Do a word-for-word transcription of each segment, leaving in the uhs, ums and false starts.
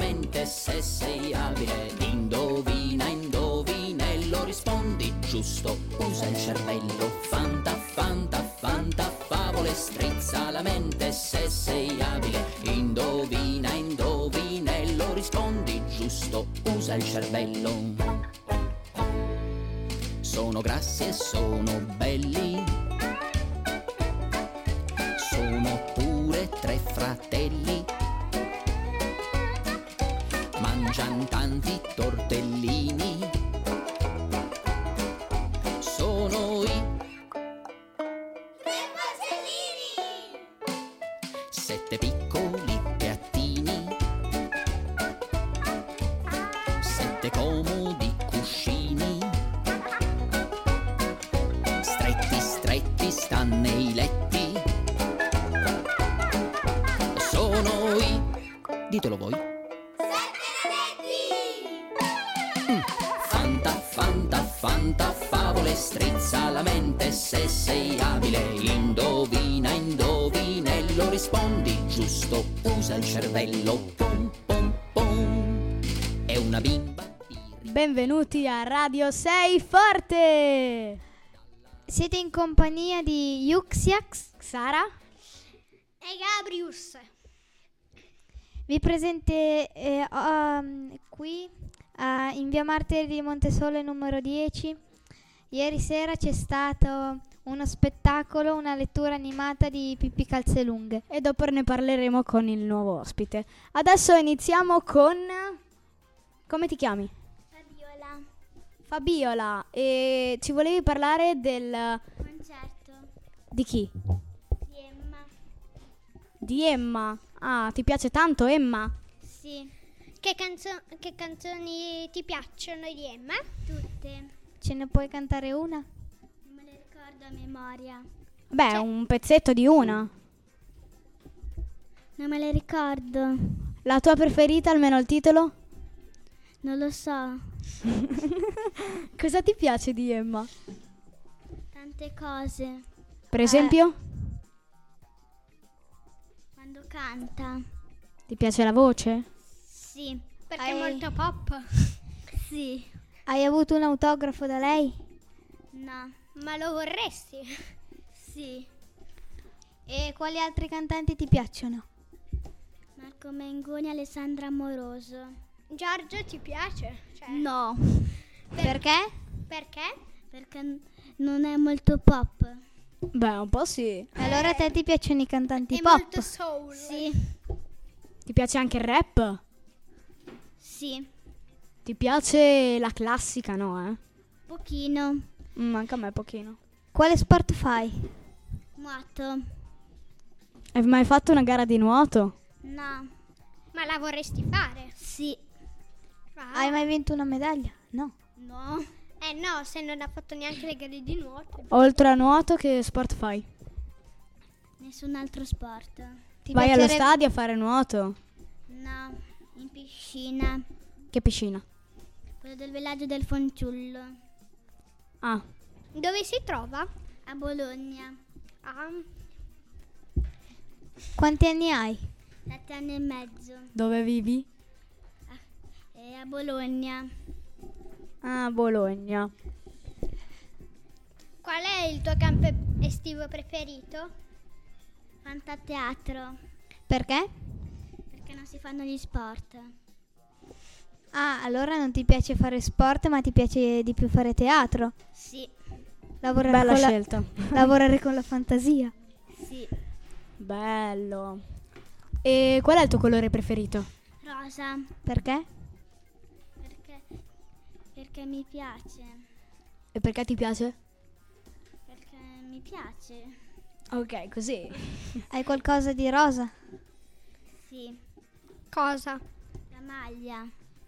mente se sei abile. Indovina, indovinello, rispondi giusto, usa il cervello. Fanta, fanta, fanta, favole, strizza la mente se sei abile. Indovina, indovinello, rispondi giusto, usa il cervello. Sono grassi e sono belli, sono pure tre fratelli, mangiano tanti tortellini, sono i tre porcellini. sette piccoli piattini, sette comodi cuscini, stretti stretti stanno nei letti, sono i, ditelo voi, Sette nanetti. mm. Fanta, fanta, fanta, favole, strizza la mente se sei abile. Indovina, indovinello, rispondi giusto, usa il cervello. Pom, pom, pom. È una bimba. Benvenuti a Radio sei Forte! Siete in compagnia di Yuxiax, Sara? E Gabrius. vi presente eh, um, qui uh, in via Martiri di Montesole numero dieci. Ieri sera c'è stato uno spettacolo, una lettura animata di Pippi Calzelunghe. E dopo ne parleremo con il nuovo ospite. Adesso iniziamo con... Come ti chiami? Fabiola. Fabiola. E ci volevi parlare del... Concerto Di chi? di Emma. Di Emma. Ah, ti piace tanto Emma? Sì. Che, canzo- che canzoni ti piacciono di Emma? Tutte. Ce ne puoi cantare una? Non me le ricordo a memoria. Beh, Cioè- un pezzetto di una. Non me le ricordo. La tua preferita, almeno il titolo? Non lo so. Cosa ti piace di Emma? Tante cose. Per esempio? Quando canta. Ti piace la voce? Sì. Perché Hai- è molto pop. Sì. Hai avuto un autografo da lei? No. Ma lo vorresti? Sì. E quali altri cantanti ti piacciono? Marco Mengoni, Alessandra Amoroso. Giorgio ti piace? Cioè, No. Per- Perché? Perché? Perché n- non è molto pop. Beh, un po' sì. Allora a te ti piacciono i cantanti è pop? molto soul. Sì. Ti piace anche il rap? Sì. Ti piace la classica, no, eh? Pochino. Mm, anche a me pochino. Quale sport fai? Nuoto. Hai mai fatto una gara di nuoto? No. Ma la vorresti fare? Sì. Hai mai vinto una medaglia? No. No. Eh no, se non ha fatto neanche le gare di nuoto. Oltre a nuoto, che sport fai? Nessun altro sport. Ti Vai allo piacerebbe- stadio a fare nuoto? No. In piscina. Che piscina? Quello del villaggio del Fonciullo. Ah, Dove si trova? A Bologna. Ah. Quanti anni hai? Sette anni e mezzo. dove vivi? E a Bologna. Ah, Bologna. Qual è il tuo campo estivo preferito? Fantateatro. Perché? Perché non si fanno gli sport. Ah, allora non ti piace fare sport, ma ti piace di più fare teatro. Sì. Lavorare Bella con la- scelta. lavorare con la fantasia. Sì. Bello. E qual è il tuo colore preferito? Rosa. Perché? Perché, perché mi piace. E perché ti piace? Perché mi piace. Ok, così. Hai qualcosa di rosa? Sì. Cosa? La maglia.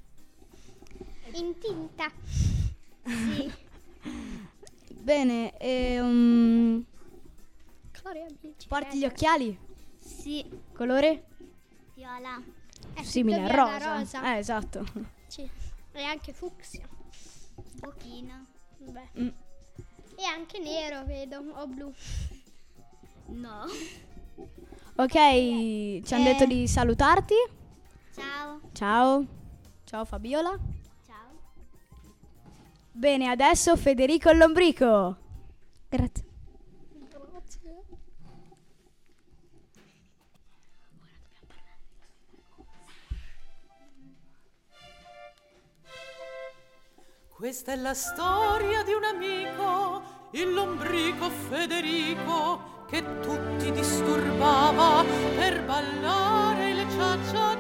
In tinta. Sì. Bene, e, um, Cari amici. porti gli occhiali? Sì. Colore? Viola. È Simile tutto al viola rosa. rosa. Eh, esatto. Sì. E anche fucsia. Un pochino. Beh. Mm. E anche nero, vedo, o blu. No. Ok, ci hanno Eh. detto di salutarti. Ciao. Ciao. Ciao Fabiola. Ciao. Bene, adesso Federico il lombrico. Grazie. Questa è la storia di un amico, il lombrico Federico, che tutti disturbava per ballare il cia cia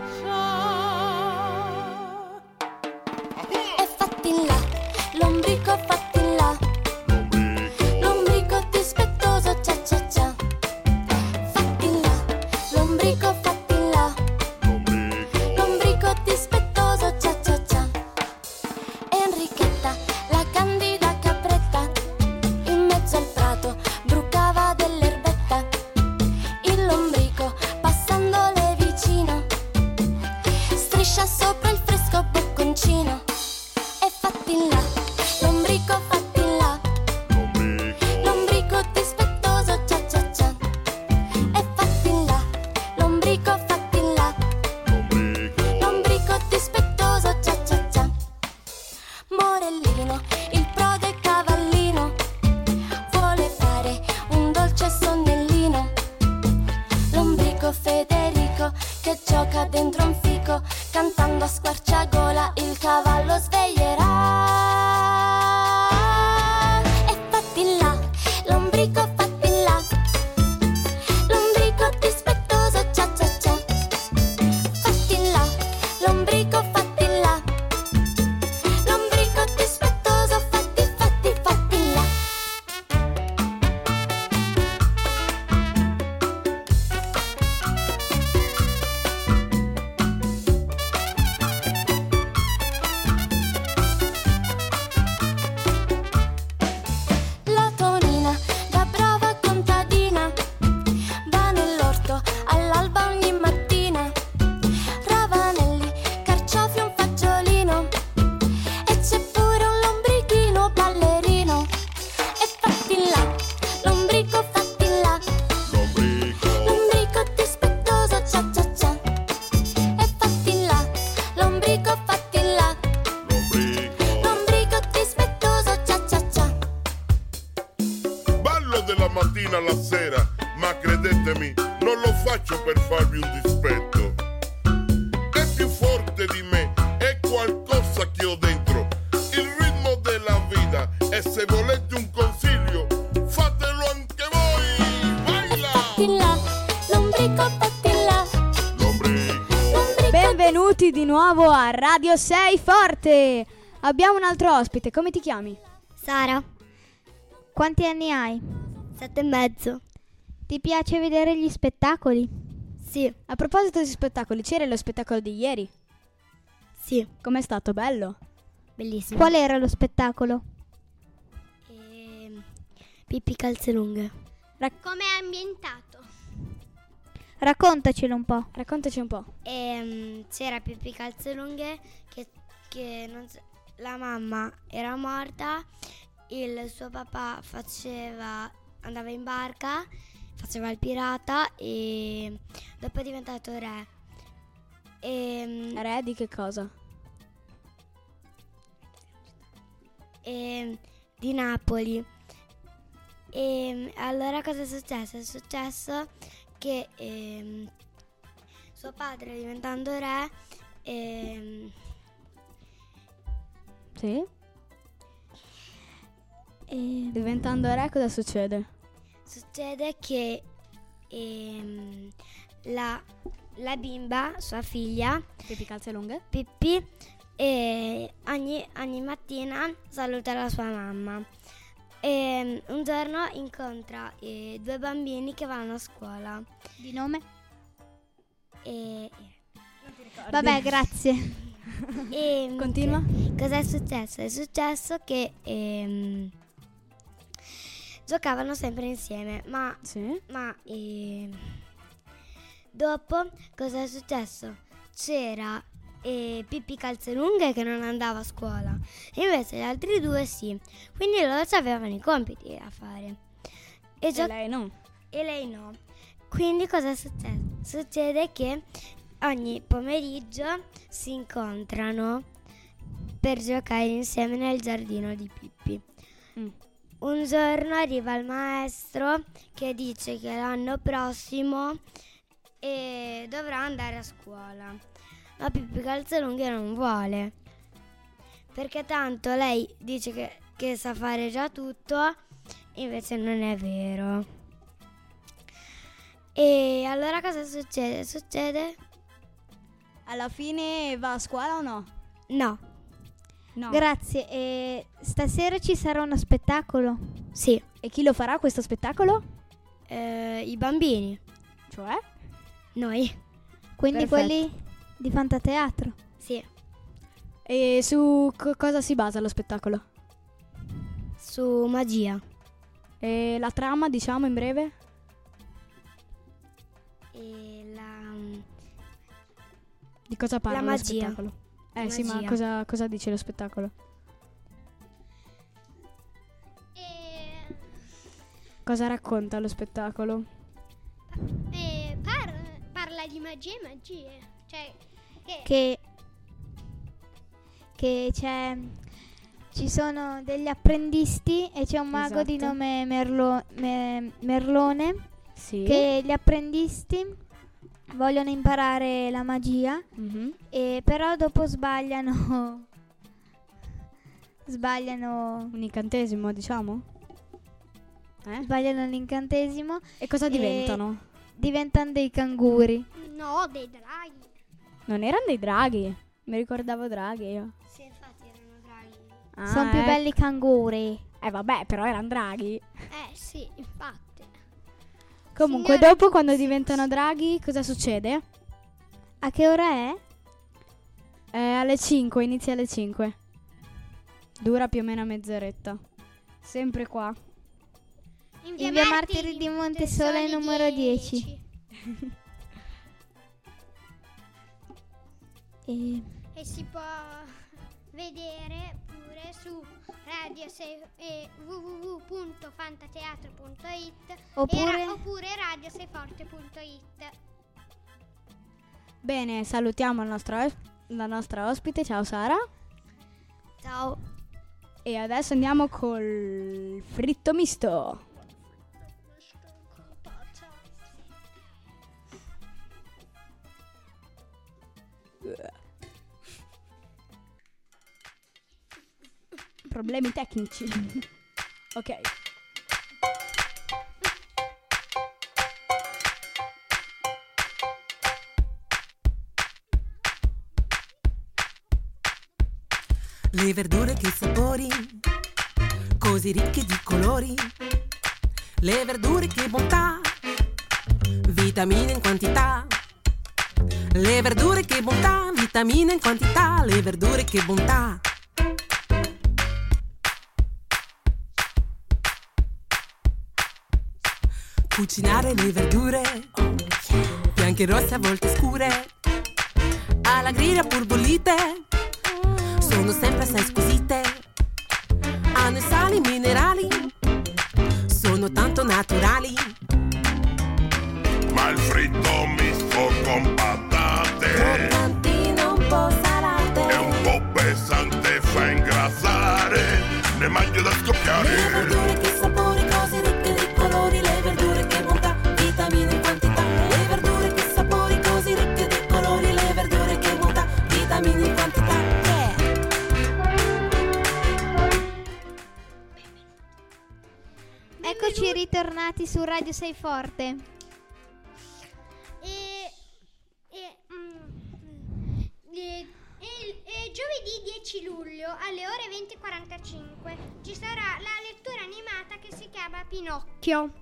cia. E fatti là, lombrico fatti là, lombrico dispettoso cia cia cia. Fatti là, lombrico fatti là, lombrico dispettoso cia cia cia. Enrichetta, la candida capretta, in mezzo al prato brucava dell'erbetta. Il lombrico passandole vicino striscia sopra il fresco bocconcino. E fatti là, lombrico fatti là, lombrico dispettoso cia cia cia. E fatti là, lombrico fatti là, lombrico dispettoso cia cia cia. Morellino, il prode cavallino, vuole fare un dolce sonnellino. Lombrico Federico che gioca dentro un fico, cantando a squarciagola il cavallo sveglierà. E fatti là, lombrico fatti là, lombrico dispettoso cia cia cia. Fatti là, lombrico fatti là, lombrico dispettoso fatti fatti fatti là. La Tonina, da brava contadina, va nell'orto all'alba ogni mattina. Ravanelli, carciofi, un fagiolino, e c'è pure un lombrichino ballerino. E fatti là, lombrico fatti là, lombrico dispettoso cia cia cia. E fatti là, lombrico fatti là, lombrico dispettoso cia cia cia. Ballo della mattina alla sera, ma credetemi, non lo faccio per farvi un dispetto. È più forte di me, è qualcosa che ho dentro, il ritmo della vita. E se volete un consiglio, fatelo anche voi. Baila! Fatti là, lombrico fatti là, Lombrico. lombrico. Benvenuti di nuovo a Radio sei Forte. Abbiamo un altro ospite, come ti chiami? Sara. Quanti anni hai? Sette e mezzo. Ti piace vedere gli spettacoli? Sì. A proposito di spettacoli, c'era lo spettacolo di ieri. Sì. Com'è stato? Bello? Bellissimo. Qual era lo spettacolo? Ehm, Pippi calze lunghe. Come è ambientato? Raccontacelo un po'. Raccontaci un po'. Ehm, c'era Pippi calze lunghe che, che non s- la mamma era morta, il suo papà faceva andava in barca, faceva il pirata e dopo è diventato re. Ehm, Re di che cosa? ehm, di Napoli. E allora cosa è successo? È successo che ehm, suo padre diventando re ehm, Sì? Eh, Diventando re cosa succede? succede che ehm, la, la bimba, sua figlia, Pippi calze lunghe? Pippi, e ogni, ogni mattina saluta la sua mamma. E un giorno incontra eh, due bambini che vanno a scuola. di nome? E, Vabbè, grazie. e Continua? cosa è successo? È successo che ehm, giocavano sempre insieme, ma, Sì. ma ehm, dopo cosa è successo? C'era e Pippi calzelunghe che non andava a scuola, invece gli altri due sì, quindi loro avevano i compiti da fare e, gio- E lei no. e lei no. Quindi cosa succede? Succede che ogni pomeriggio si incontrano per giocare insieme nel giardino di Pippi. Mm. Un giorno arriva il maestro che dice che l'anno prossimo eh, dovrà andare a scuola, ma Pippi Calzelunghe non vuole, perché tanto lei dice che, che sa fare già tutto, invece non è vero. E allora cosa succede? Succede? Alla fine va a scuola o no? No. No. Grazie. E stasera ci sarà uno spettacolo? Sì. E chi lo farà questo spettacolo? Eh, I bambini. Cioè? Noi. Quindi Perfetto. quelli di Fantateatro? Sì. E su co- cosa si basa lo spettacolo? Su magia. E la trama, diciamo, in breve? E la... Di cosa parla La lo magia. spettacolo? Eh sì, ma Magia. cosa, cosa dice lo spettacolo? E, Cosa racconta lo spettacolo? e par- parla di magie e magie. Cioè, che, Che, che c'è, ci sono degli apprendisti e c'è un mago di Esatto. nome Merlo- Me- Merlone, Sì. che gli apprendisti vogliono imparare la magia, Mhm. e però dopo sbagliano sbagliano Un incantesimo, diciamo? Eh? sbagliano l'incantesimo, E cosa E- diventano? diventano dei canguri. no, dei draghi. Non erano dei draghi. Mi ricordavo draghi io. Sì, infatti erano draghi. Ah, Sono più ecco. belli canguri. Eh vabbè, però erano draghi. Eh sì, infatti. Comunque, Signora dopo quando Giussi. diventano draghi, cosa succede? A che ora è? Eh, alle cinque, inizia alle cinque. Dura più o meno mezz'oretta. Sempre qua. In In via Martiri di Montesole numero dieci. E E si può vedere pure su radio sei, eh, w w w punto fantateatro punto it Oppure- e ra- oppure radioseiforte punto it. Bene, salutiamo la nostra, os- la nostra ospite. Ciao Sara. Ciao. E adesso andiamo col fritto misto. Problemi tecnici. Ok. Le verdure che sapori, così ricche di colori. Le verdure che bontà, vitamine in quantità. Le verdure che bontà, vitamine in quantità. Le verdure che bontà. Cucinare le verdure, bianche e rosse a volte scure, alla griglia pur bollite, sono sempre assai squisite. Hanno i sali minerali, sono tanto naturali. Ma il fritto misto con patate Croccantine un po' salate, è un po' pesante, fa ingrassare, ne mangio da le scoppiare. verdure che sapori, così ricche di colori. Le verdure che bontà, vitamine in quantità. Le verdure che sapori, così ricche di colori. Le verdure che bontà, vitamine in quantità. Yeah. eccoci ritornati su Radio Sei Forte. E, e, mm, e- e- e giovedì dieci luglio alle ore venti e quarantacinque ci sarà la lettura animata che si chiama Pinocchio.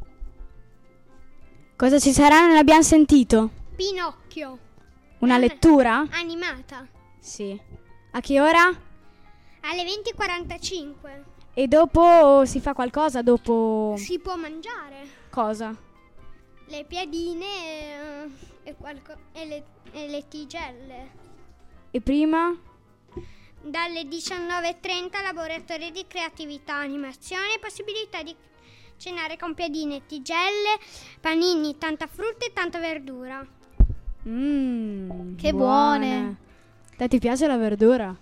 Cosa ci sarà? Non abbiamo sentito. Pinocchio. Una Eh, lettura? Animata. Sì. A che ora? Alle venti e quarantacinque. E dopo si fa qualcosa? Dopo Si può mangiare cosa? le piadine eh, e, qualco- e le, e le tigelle. E prima? Dalle diciannove e trenta laboratorio di creatività, animazione e possibilità di cenare con piadine, tigelle, panini, tanta frutta e tanta verdura. Mmm, Che buone. Te ti piace la verdura?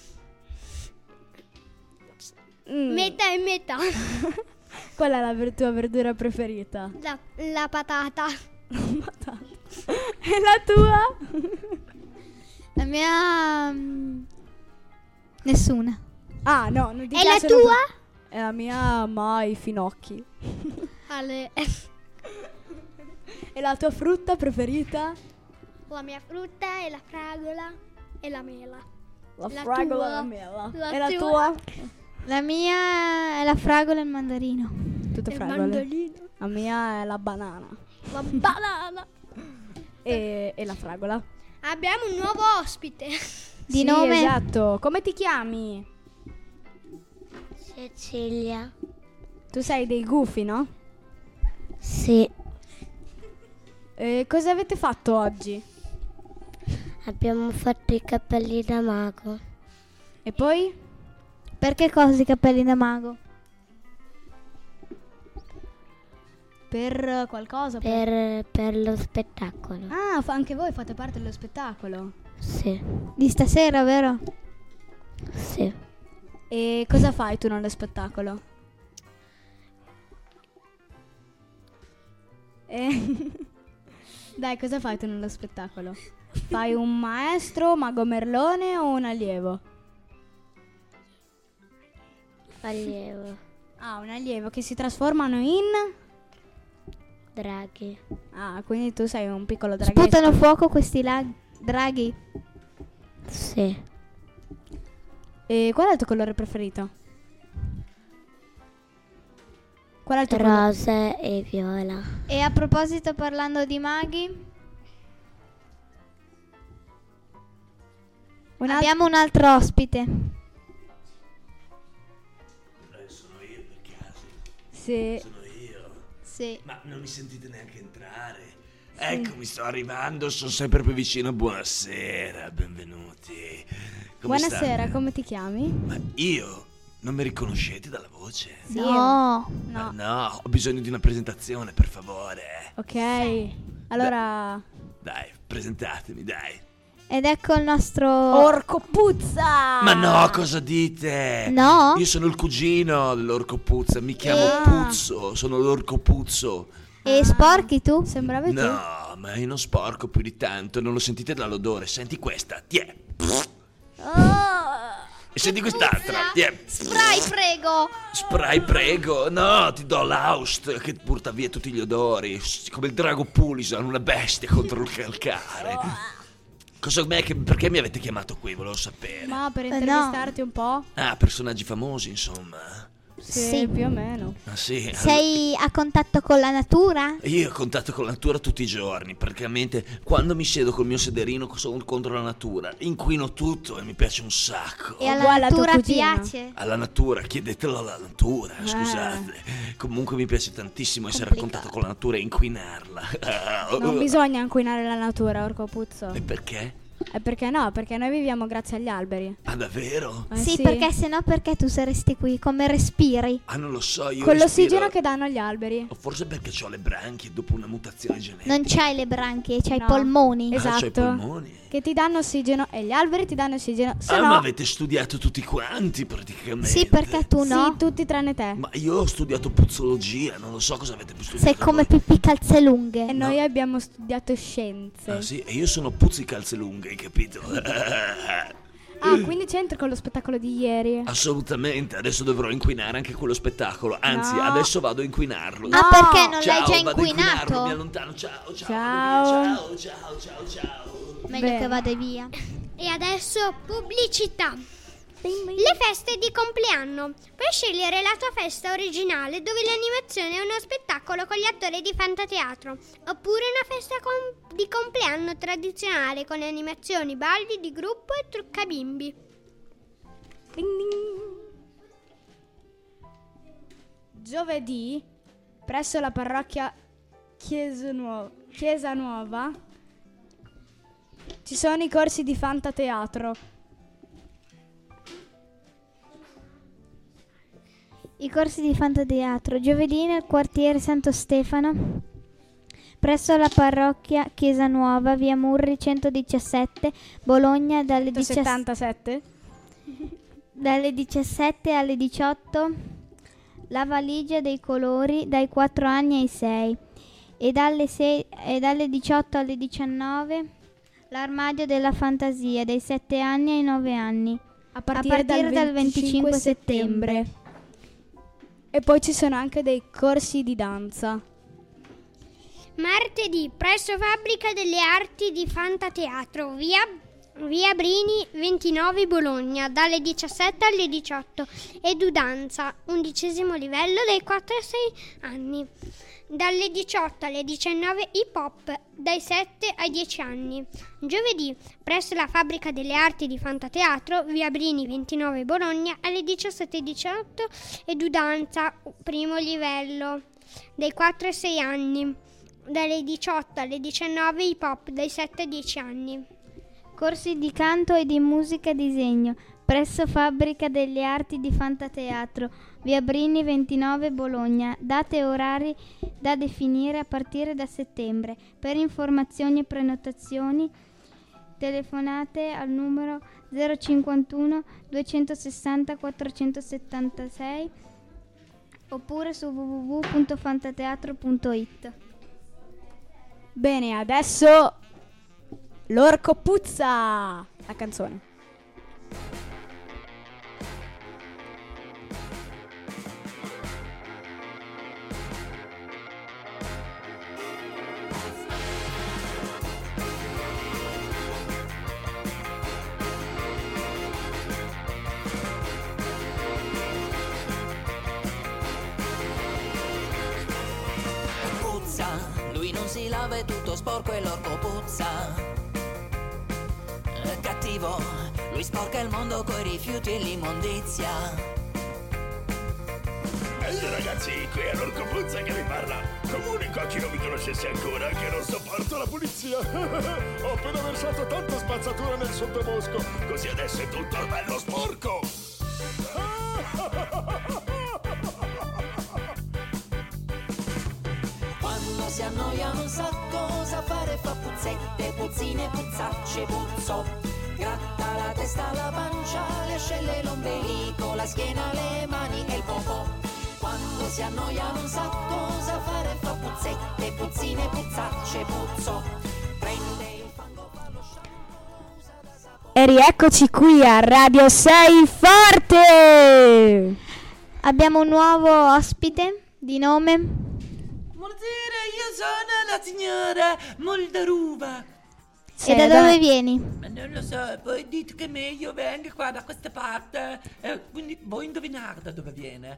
Mm. Metà e metà. Qual è la ver- tua verdura preferita? La, la patata. Patata. E la tua? La mia... mm, nessuna. Ah, no, non ti E la piace tua? E la mia mai finocchi. Ale. E la tua frutta preferita? La mia frutta è la fragola e la mela. La, La fragola e tua? la mela. La e la tua? tua? La mia è la fragola e il mandarino. Tutte Il fragole. mandolino. La mia è la banana. La banana. E, e la fragola. Abbiamo un nuovo ospite. Di Sì, nome? esatto. Come ti chiami? Cecilia. Tu sei dei gufi, no? Sì, E cosa avete fatto oggi? abbiamo fatto i capelli da mago. E poi? Perché cosa i capelli da mago? Per qualcosa? Per... Per, per lo spettacolo. Ah, fa- anche voi fate parte dello spettacolo. Sì, Di stasera, vero? sì. E cosa fai tu nello spettacolo? E... Dai, cosa fai tu nello spettacolo? Fai un maestro, mago merlone o un allievo? Allievo. Ah, un allievo che si trasformano in... Draghi. Ah, quindi tu sei un piccolo draghetto. Sputano fuoco questi lag- draghi. Sì. E qual è il tuo colore preferito? Qual è il tuo colore? Rosa e viola. E a proposito, parlando di maghi, Un alt- abbiamo un altro ospite. Eh, sono io per caso. Sì. Sono io. Sì. Ma non mi sentite neanche entrare. Eccomi, sto arrivando, sono sempre più vicino. Buonasera, benvenuti. Come Buonasera, state? come ti chiami? Ma io? Non mi riconoscete dalla voce? No. Ma No. no, ho bisogno di una presentazione, per favore. Ok. Allora... Dai, presentatemi, dai. Ed ecco il nostro... Orco puzza! Ma no, cosa dite? No? Io sono il cugino dell'orco Puzza, mi chiamo Ah. Puzzo, sono l'orco Puzzo. E sporchi tu? Sembravi tu? No, ma io non sporco più di tanto, non lo sentite dall'odore. Senti questa, tiè. E senti quest'altra, tiè. Spray, prego. Spray, prego. No, ti do l'Aust che porta via tutti gli odori. Come il drago Pulisan, una bestia contro il calcare. Cosa, me, che, perché mi avete chiamato qui? Volevo sapere. Ma per Eh, intervistarti un po'? Ah, personaggi famosi, insomma. Sì, Sì. più o meno. Ah, sì. Sei a contatto con la natura? Io ho contatto con la natura tutti i giorni, praticamente quando mi siedo col mio sederino sono contro la natura, inquino tutto e mi piace un sacco. E alla Uguale a tua natura cugina. piace? Alla natura, chiedetelo alla natura, Eh. scusate. Comunque mi piace tantissimo essere a contatto con la natura e inquinarla. Non bisogna inquinare la natura, Orco Puzzo. E perché? E perché no? Perché noi viviamo grazie agli alberi. Ah, davvero? Eh Sì, perché sennò perché tu saresti qui? Come respiri? Ah, non lo so, io Con respiro- l'ossigeno che danno gli alberi. O forse perché ho le branchie dopo una mutazione genetica. Non c'hai le branchie, c'hai No. i polmoni. Ah, c'ho i Esatto. polmoni. Che ti danno ossigeno e gli alberi ti danno ossigeno. Se Ah, no... ma avete studiato tutti quanti praticamente. Sì, perché tu no. Sì, tutti tranne te. Ma io ho studiato puzzologia, non lo so cosa avete studiato. Sei come voi. Pippi Calzelunghe. E noi abbiamo studiato scienze. Ah sì, e io sono Puzzi Calzelunghe, hai capito? Ah, quindi c'entri con lo spettacolo di ieri. Assolutamente, adesso dovrò inquinare anche quello spettacolo. Anzi, No. adesso vado a inquinarlo. Ah, perché non ciao, l'hai già vado a inquinarlo, inquinato? mi allontano. Ciao, ciao. Ciao. Ciao, ciao, ciao, ciao. Meglio Bene. che vada via. E adesso pubblicità. Le feste di compleanno. Puoi scegliere la tua festa originale dove l'animazione è uno spettacolo con gli attori di fantateatro, oppure una festa com- di compleanno tradizionale con animazioni, balli di gruppo e truccabimbi. Ding ding. Giovedì, presso la parrocchia Chiesa Nuova, Chiesa Nuova, ci sono i corsi di fantateatro. I corsi di fantateatro. Giovedì nel quartiere Santo Stefano. presso la parrocchia Chiesa Nuova, via Murri centodiciassette, Bologna, dalle, diciassette settantasette dalle diciassette alle diciotto, la valigia dei colori dai quattro anni ai sei e dalle, sei, e dalle diciotto alle diciannove, l'armadio della fantasia dai sette anni ai nove anni, a partire, a partire dal, dal venticinque settembre. E poi ci sono anche dei corsi di danza. Martedì, presso Fabbrica delle Arti di Fantateatro, via, via Brini ventinove Bologna, dalle diciassette alle diciotto. Edudanza, undicesimo livello, dai quattro ai sei anni. Dalle diciotto alle diciannove hip hop, dai sette ai dieci anni. Giovedì, presso la Fabbrica delle Arti di Fantateatro, via Brini ventinove Bologna, alle diciassette e diciotto. Edudanza, primo livello, dai quattro ai sei anni. Dalle diciotto alle diciannove hip hop, dai sette ai dieci anni. Corsi di canto e di musica e disegno presso Fabbrica delle Arti di Fantateatro, via Brini ventinove Bologna, date e orari da definire a partire da settembre. Per informazioni e prenotazioni telefonate al numero zero cinquantuno duecentosessanta quattrocentosettantasei oppure su w w w punto fantateatro punto it. Bene, adesso l'orco puzza, la canzone. Lui non si lava, è tutto sporco e l'orco puzza. È cattivo, lui sporca il mondo coi rifiuti e l'immondizia. Ehi ragazzi, qui è l'orco puzza che vi parla. Comunico a chi non mi conoscesse ancora che non sopporto la pulizia. Ho appena versato tanta spazzatura nel sottobosco, così adesso è tutto bello sporco. Quando si annoia non sa cosa fare, fa puzzette, puzzine, puzzacce, puzzo. Gratta la testa, la pancia, le ascelle, l'ombelico, la schiena, le mani e il popò. Quando si annoia non sa cosa fare, fa puzzette, puzzine, puzzacce, puzzo. Prende il fango, fa lo shampoo, usa da sapone. E rieccoci qui a Radio sei Forte. Abbiamo un nuovo ospite di nome... Buonasera, io sono la signora Moldaruva. E da dove vieni? Ma non lo so, voi dite che meglio venga qua da questa parte. Eh, quindi vuoi indovinare da dove viene?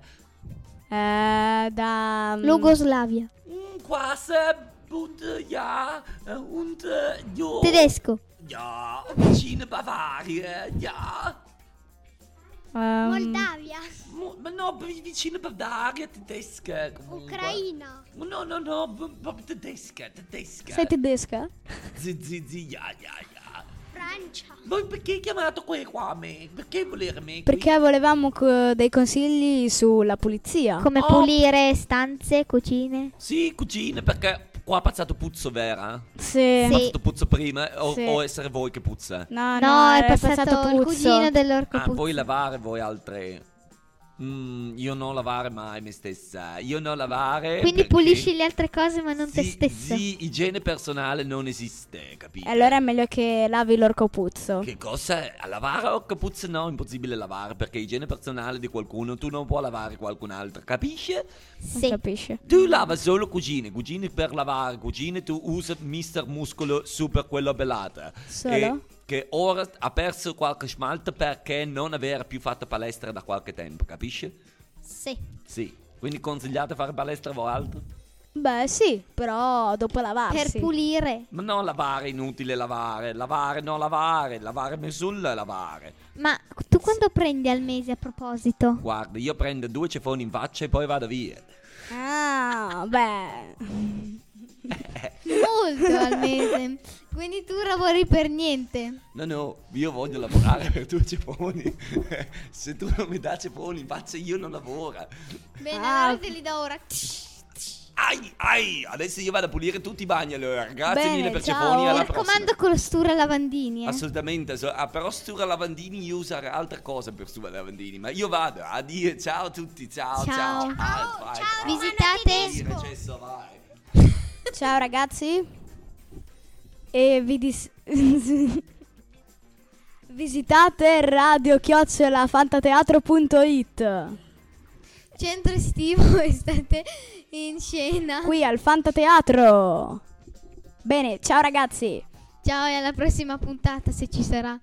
Eh, da... Jugoslavia. Mm, quasi, but, ja, und, jo. Tedesco. Ja, vicino Bavaria, ja. Um, Moldavia. Mo- ma no, v- vicino Bavaria, tedesca comunque. Ucraina. No, no, no, b- proprio tedesca, tedesca. Sei tedesca? Zi, zi, zi, ja, ja, ja. Francia. Voi perché hai chiamato qui qua a me? Perché volere me qui? Perché volevamo co- dei consigli sulla pulizia. Come Oh. pulire stanze, cucine. Sì, cucine, perché qua ha passato puzzo, vera? Sì. Ha Sì. passato puzzo prima o, Sì. o essere voi che puzza? No, no, No, è era passato, il puzzo. cugino dell'orco Ah, puzza. voi lavare, voi altre. Mm, io non lavare mai me stessa. Io non lavare. Quindi perché- pulisci le altre cose ma non te Sì, stesso. Sì, igiene personale non esiste, capito? Allora è meglio che lavi l'orco puzzo. Che cosa? A lavare o che puzza? No, impossibile lavare, perché igiene personale di qualcuno tu non puoi lavare qualcun altro, capisci? Non Sì. capisce? Tu lava solo cucine, cucine per lavare, cucine tu usi mister Muscolo super quello bellata. Solo? E che ora ha perso qualche smalto perché non avere più fatto palestra da qualche tempo, capisci? Sì. Sì, quindi consigliate fare palestra voi altro? Beh, sì, però dopo lavarsi. Per pulire. Ma no, lavare, inutile lavare, lavare, no lavare, lavare mesulla, lavare. Ma tu quando prendi al mese a proposito? Guarda, io prendo due ceffoni in faccia e poi vado via. Ah, beh. Molto al mese. Quindi tu lavori per niente. No, no, io voglio lavorare per due ceffoni. Se tu non mi dai ceffoni in faccia io non lavoro. Bene, Ah. allora te li do ora. Ai, ai, adesso io vado a pulire tutti i bagni allora. Grazie Bene, mille per ciao. Cefoni, Mi alla raccomando prossima. con lo stura lavandini, eh. Assolutamente, so- ah, però stura lavandini io usare altre cose per stura lavandini, ma io vado, addio, ciao a tutti, ciao, ciao. Ciao. Ah, vai, vai. Visitate Sì, recesso, vai. Ciao ragazzi. E vi dis- visitate radio chiocciola fantateatro punto it. Centro estivo estate in scena. Qui al Fantateatro. Bene, ciao ragazzi. Ciao e alla prossima puntata se ci sarà.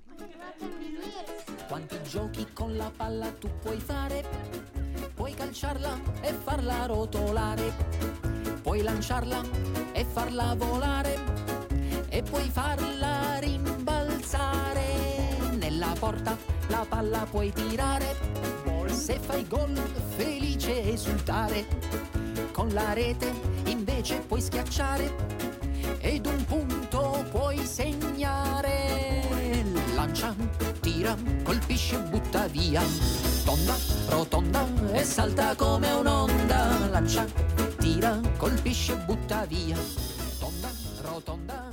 Quanti giochi con la palla tu puoi fare? Puoi calciarla e farla rotolare, puoi lanciarla e farla volare, e puoi farla rimbalzare. Nella porta la palla puoi tirare, se fai gol felice esultare. Con la rete invece puoi schiacciare, ed un punto puoi segnare. Lancia, tira, colpisce e butta via, tonda, rotonda e salta come un'onda. Lancia, tira, colpisce e butta via, tonda, rotonda